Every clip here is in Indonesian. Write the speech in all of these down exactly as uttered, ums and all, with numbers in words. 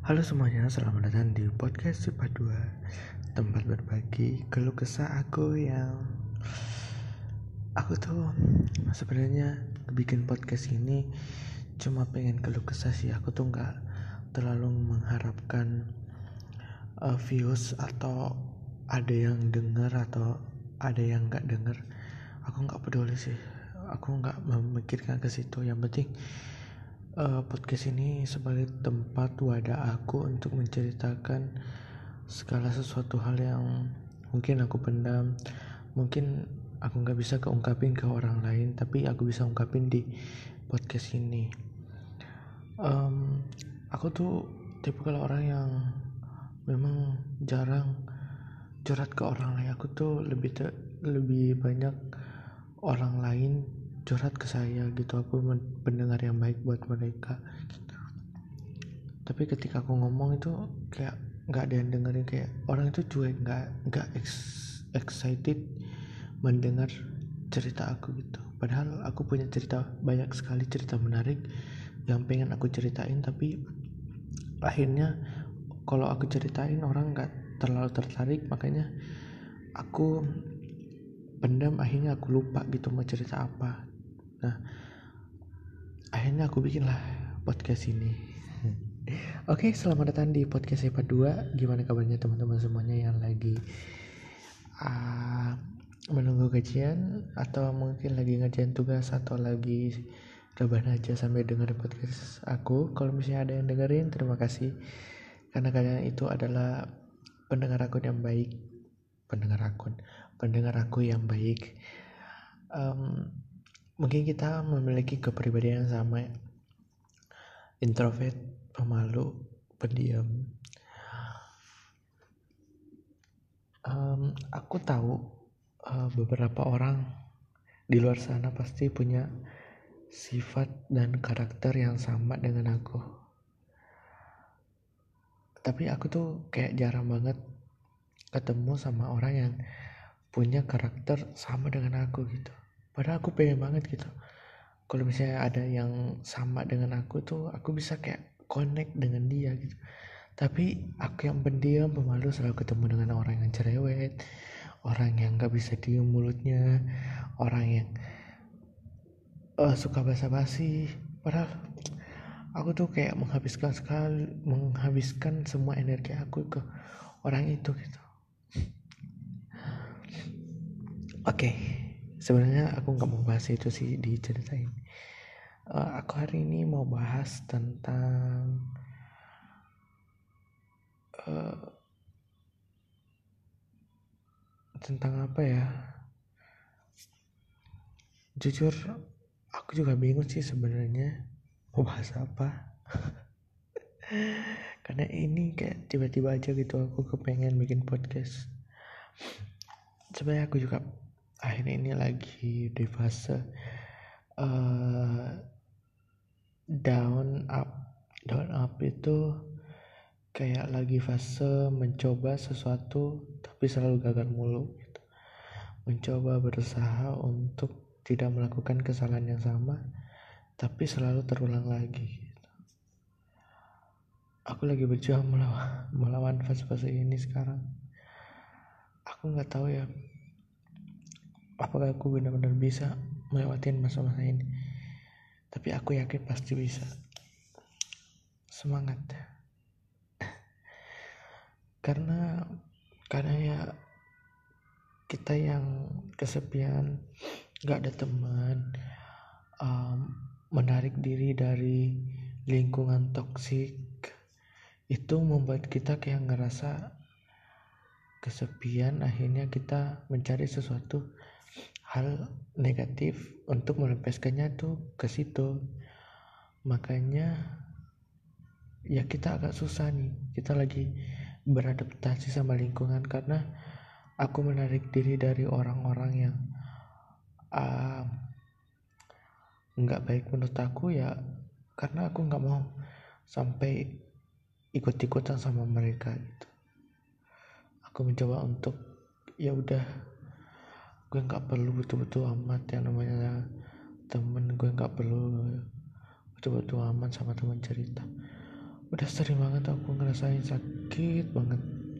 Halo semuanya, selamat datang di podcast Sipa dua, tempat berbagi keluh kesah aku yang Aku tuh sebenarnya bikin podcast ini cuma pengen keluh kesah sih. Aku tuh gak terlalu mengharapkan uh, views atau ada yang denger atau ada yang gak denger. Aku gak peduli sih, aku gak memikirkan ke situ. Yang penting uh, podcast ini sebagai tempat wadah aku untuk menceritakan segala sesuatu hal yang mungkin aku pendam, mungkin aku nggak bisa keungkapin ke orang lain, tapi aku bisa ungkapin di podcast ini. Um, aku tuh tipe kalau orang yang memang jarang curhat ke orang lain. Aku tuh lebih te- lebih banyak orang lain curhat ke saya gitu. Aku pendengar yang baik buat mereka. Tapi ketika aku ngomong itu kayak nggak ada yang dengerin, kayak orang itu cuek, nggak nggak ex- excited mendengar cerita aku gitu. Padahal aku punya cerita banyak sekali, cerita menarik yang pengen aku ceritain, tapi akhirnya kalau aku ceritain orang nggak terlalu tertarik, makanya aku pendam. Akhirnya aku lupa gitu mau cerita apa. Nah, akhirnya aku bikinlah podcast ini. Oke, selamat datang di podcast Sipa dua. Gimana kabarnya teman-teman semuanya yang lagi uh, menunggu gajian, atau mungkin lagi ngerjain tugas, atau lagi rebahan aja sambil dengerin podcast aku. Kalau misalnya ada yang dengerin, terima kasih, karena kalian itu adalah pendengar akun yang baik. Pendengar akun, pendengar aku yang baik. Um, mungkin kita memiliki kepribadian yang sama, introvert, pemalu, pendiam. Um, aku tahu uh, beberapa orang di luar sana pasti punya sifat dan karakter yang sama dengan aku. Tapi aku tuh kayak jarang banget ketemu sama orang yang punya karakter sama dengan aku gitu. Padahal aku pengen banget gitu. Kalau misalnya ada yang sama dengan aku tuh, aku bisa kayak connect dengan dia gitu. Tapi aku yang pendiam, pemalu, selalu ketemu dengan orang yang cerewet, orang yang gak bisa diem mulutnya, orang yang uh, suka basa-basi. Padahal aku tuh kayak menghabiskan sekali, menghabiskan semua energi aku ke orang itu gitu. Oke, okay. Sebenarnya aku nggak mau bahas itu sih diceritain. Uh, aku hari ini mau bahas tentang uh, tentang apa ya? Jujur, aku juga bingung sih sebenarnya mau bahas apa. Karena ini kayak tiba-tiba aja gitu aku kepengen bikin podcast. Sebenarnya aku juga akhir ini lagi di fase uh, down up. Down up itu kayak lagi fase mencoba sesuatu tapi selalu gagal mulu gitu. Mencoba berusaha untuk tidak melakukan kesalahan yang sama tapi selalu terulang lagi gitu. Aku lagi berjuang melawan, melawan fase-fase ini sekarang. Aku nggak tahu ya apakah aku benar-benar bisa melewati masa-masa ini, tapi aku yakin pasti bisa. Semangat. Karena karena ya kita yang kesepian, gak ada teman, um, menarik diri dari lingkungan toksik, itu membuat kita kayak ngerasa kesepian. Akhirnya kita mencari sesuatu hal negatif untuk melampiaskannya tuh ke situ. Makanya ya kita agak susah nih, kita lagi beradaptasi sama lingkungan, karena aku menarik diri dari orang-orang yang uh, nggak baik menurut aku ya, karena aku nggak mau sampai ikut-ikutan sama mereka gitu. Aku mencoba untuk ya udah, gue nggak perlu betul-betul amat yang namanya temen, gue nggak perlu betul-betul aman sama teman cerita. udah sering banget aku ngerasain sakit banget.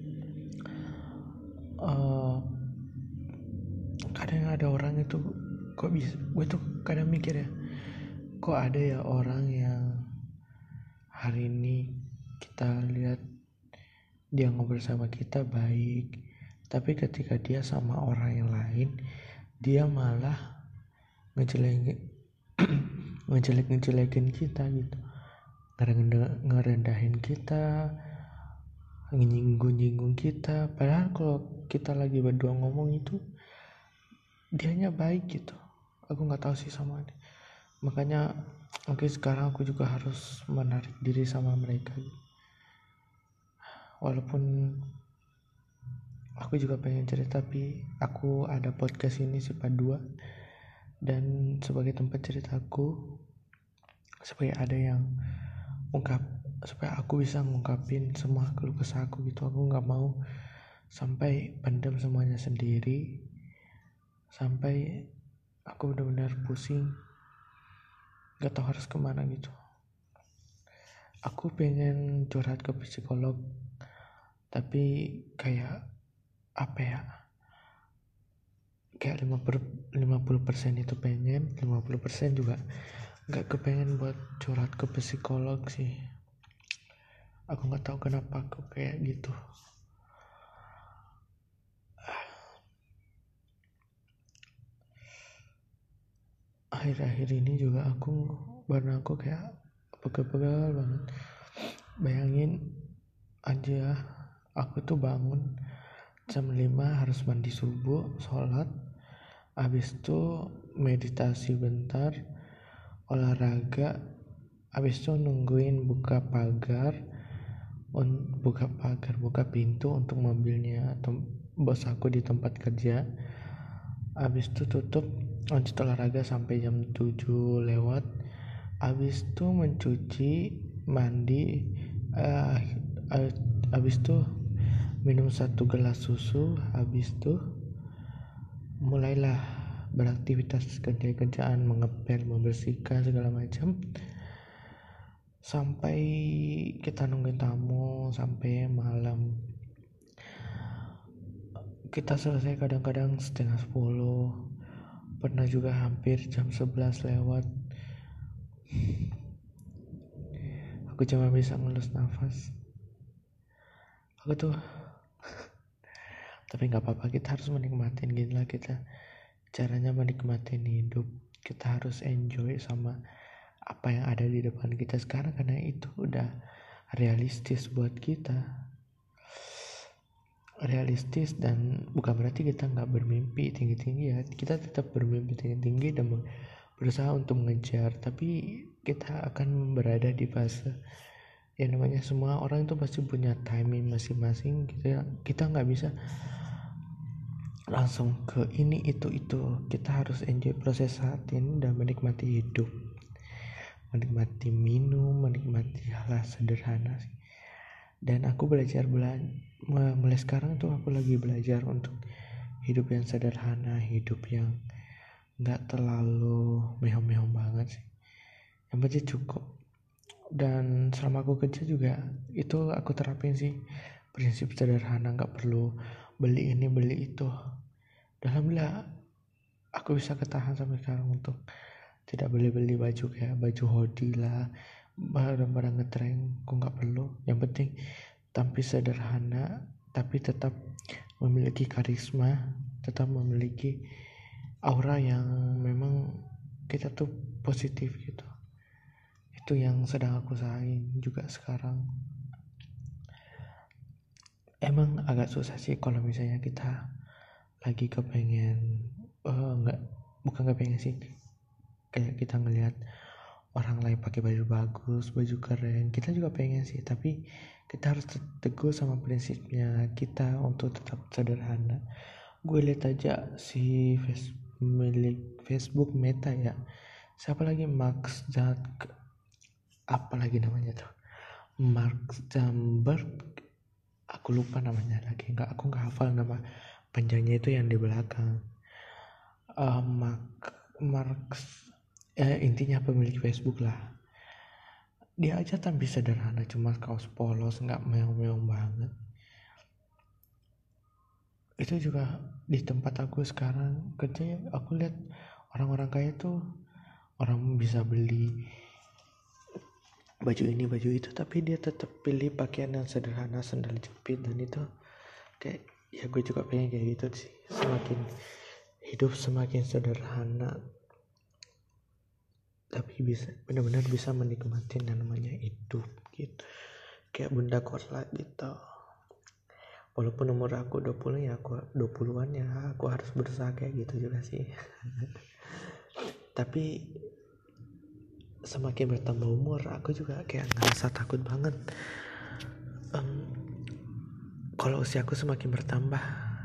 uh, Kadang ada orang itu, kok bisa, gue tuh kadang mikir ya, kok ada ya orang yang hari ini kita lihat dia ngobrol sama kita baik, tapi ketika dia sama orang yang lain dia malah ngejelek ngejelek ngejelekin kita gitu, ngerendahin kita, nyinggung-nyinggung kita. Padahal kalau kita lagi berdua ngomong itu dianya baik gitu. Aku nggak tahu sih sama ini. Makanya mungkin sekarang aku juga harus menarik diri sama mereka. Walaupun aku juga pengen cerita, tapi aku ada podcast ini sifat dua, dan sebagai tempat ceritaku, supaya ada yang ungkap, supaya aku bisa ngungkapin semua keluh kesah aku gitu. Aku nggak mau sampai pendam semuanya sendiri, sampai aku benar-benar pusing, nggak tahu harus kemana gitu. Aku pengen curhat ke psikolog, tapi kayak apa ya, kayak lima puluh persen itu pengen, lima puluh persen juga nggak kepengen buat curhat ke psikolog sih. Aku nggak tahu kenapa aku kayak gitu. Akhir-akhir ini juga aku badan aku kayak pegel-pegel banget. Bayangin aja, aku tuh bangun jam lima, harus mandi subuh, sholat, habis itu meditasi bentar, olahraga, habis itu nungguin buka pagar, un- buka pagar, buka pintu untuk mobilnya tem- bos aku di tempat kerja. Habis itu tutup, lanjut olahraga sampai jam tujuh lewat. Habis itu mencuci, mandi, uh, uh, habis itu minum satu gelas susu. Habis itu mulailah beraktivitas kerja-kerjaan, mengepel, membersihkan segala macam, sampai kita nungguin tamu sampai malam. Kita selesai kadang-kadang setengah sepuluh, pernah juga hampir jam sebelas lewat. Aku cuma bisa ngelus nafas. Aku tuh tapi nggak apa-apa, kita harus menikmatin gitu lah. Kita caranya menikmatin hidup, kita harus enjoy sama apa yang ada di depan kita sekarang, karena itu udah realistis buat kita. Realistis, dan bukan berarti kita nggak bermimpi tinggi-tinggi ya. Kita tetap bermimpi tinggi-tinggi dan berusaha untuk mengejar, tapi kita akan berada di fase yang namanya, semua orang itu pasti punya timing masing-masing gitu ya. Kita nggak bisa langsung ke ini itu itu kita harus enjoy proses saat ini dan menikmati hidup, menikmati minum, menikmati hal sederhana sih. Dan aku belajar bela- mulai sekarang tuh aku lagi belajar untuk hidup yang sederhana, hidup yang nggak terlalu mehong-mehong banget sih, yang penting cukup. Dan selama aku kerja juga itu aku terapin sih prinsip sederhana, nggak perlu beli ini beli itu. Alhamdulillah aku bisa ketahan sampai sekarang untuk tidak beli-beli baju kayak baju hoodie lah, barang-barang ngetrend. Aku nggak perlu, yang penting tampil sederhana tapi tetap memiliki karisma, tetap memiliki aura yang memang kita tuh positif gitu. Itu yang sedang aku usahain juga sekarang. Emang agak susah sih kalau misalnya kita lagi kepengen uh, nggak bukan kepengen sih, kayak kita ngelihat orang lain pakai baju bagus, baju keren, kita juga pengen sih, tapi kita harus teguh sama prinsipnya kita untuk tetap sederhana. Gue lihat aja si face, milik Facebook Meta ya, siapa lagi, Mark Zuck, apa lagi namanya tuh, Mark Zuckerberg, aku lupa namanya lagi, nggak aku nggak hafal nama panjangnya itu yang di belakang. uh, Mark Mark eh, intinya pemilik Facebook lah. dia aja tapi sederhana, cuma kaos polos, nggak meong-meong banget. Itu juga di tempat aku sekarang kerja, aku lihat orang-orang kaya tuh, orang bisa beli baju ini baju itu, tapi dia tetap pilih pakaian yang sederhana, sandal jepit, dan itu kayak, ya gue juga pengen kayak gitu sih. Semakin hidup semakin sederhana, tapi bisa benar-benar bisa menikmati yang namanya hidup gitu. Kayak Bunda Korla gitu. Walaupun umur aku dua puluh, ya aku dua puluhan, ya aku harus berusaha kayak gitu juga sih. Tapi semakin bertambah umur, aku juga kayak ngerasa takut banget. Um, kalau usiaku semakin bertambah,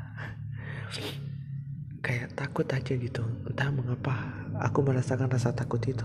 kayak takut aja gitu. Entah mengapa aku merasakan rasa takut itu.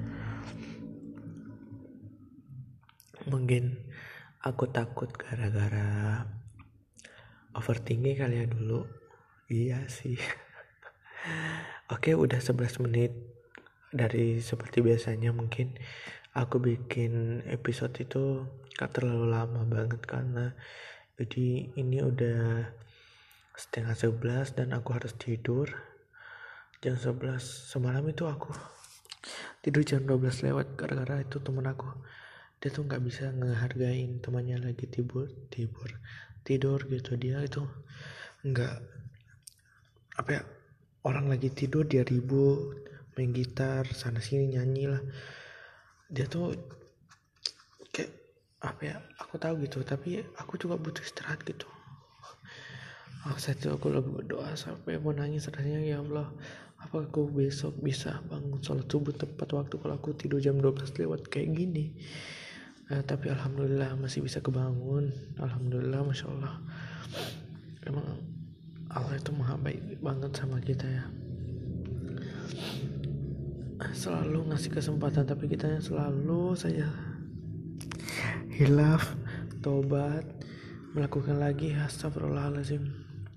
Mungkin aku takut gara-gara overthinking kali ya dulu. Iya sih. Oke, udah sebelas menit. Dari seperti biasanya mungkin aku bikin episode itu gak terlalu lama banget, karena jadi ini udah setengah sebelas dan aku harus tidur jam sebelas. Semalam itu aku tidur jam dua belas lewat gara-gara itu temen aku, dia tuh nggak bisa ngehargain temannya lagi tidur tidur tidur gitu. Dia itu nggak, apa ya, orang lagi tidur dia ribut main gitar sana sini nyanyi lah. Dia tuh kayak, apa ya, aku tahu gitu, tapi aku juga butuh istirahat gitu. Oh, saat itu aku lagi berdoa sampai mau nangis rasanya, ya Allah, apa aku besok bisa bangun sholat subuh tepat waktu kalau aku tidur jam dua belas lewat kayak gini. Eh, tapi alhamdulillah masih bisa kebangun. Alhamdulillah, masya Allah. Emang Allah itu maha baik banget sama kita ya, selalu ngasih kesempatan, tapi kita selalu saja hilaf, tobat, melakukan lagi, astagfirullahaladzim.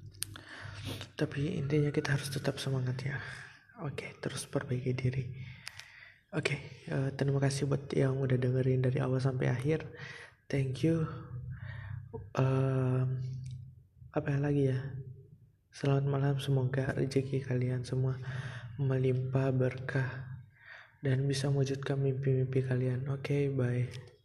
Tapi intinya kita harus tetap semangat ya. Oke, terus perbaiki diri. Oke, uh, terima kasih buat yang udah dengerin dari awal sampai akhir. Thank you. Uh, apa lagi ya? Selamat malam, semoga rezeki kalian semua melimpah berkah dan bisa mewujudkan mimpi-mimpi kalian. Oke, okay, bye.